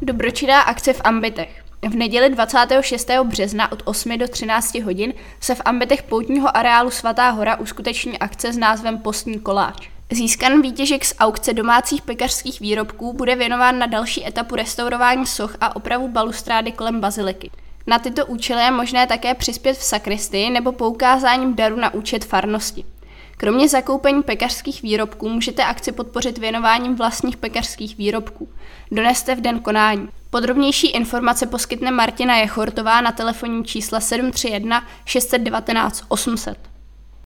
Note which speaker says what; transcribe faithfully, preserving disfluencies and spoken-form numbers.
Speaker 1: Dobročinná akce v Ambitech. V neděli dvacátého šestého března od osmi do třinácti hodin se v Ambitech poutního areálu Svatá hora uskuteční akce s názvem Postní koláč. Získaný výtěžek z aukce domácích pekařských výrobků bude věnován na další etapu restaurování soch a opravu balustrády kolem baziliky. Na tyto účely je možné také přispět v sakristii nebo poukázáním daru na účet farnosti. Kromě zakoupení pekařských výrobků můžete akci podpořit věnováním vlastních pekařských výrobků. Doneste v den konání. Podrobnější informace poskytne Martina Jechortová na telefonním čísle sedm tři jedna šest jedna devět osm set.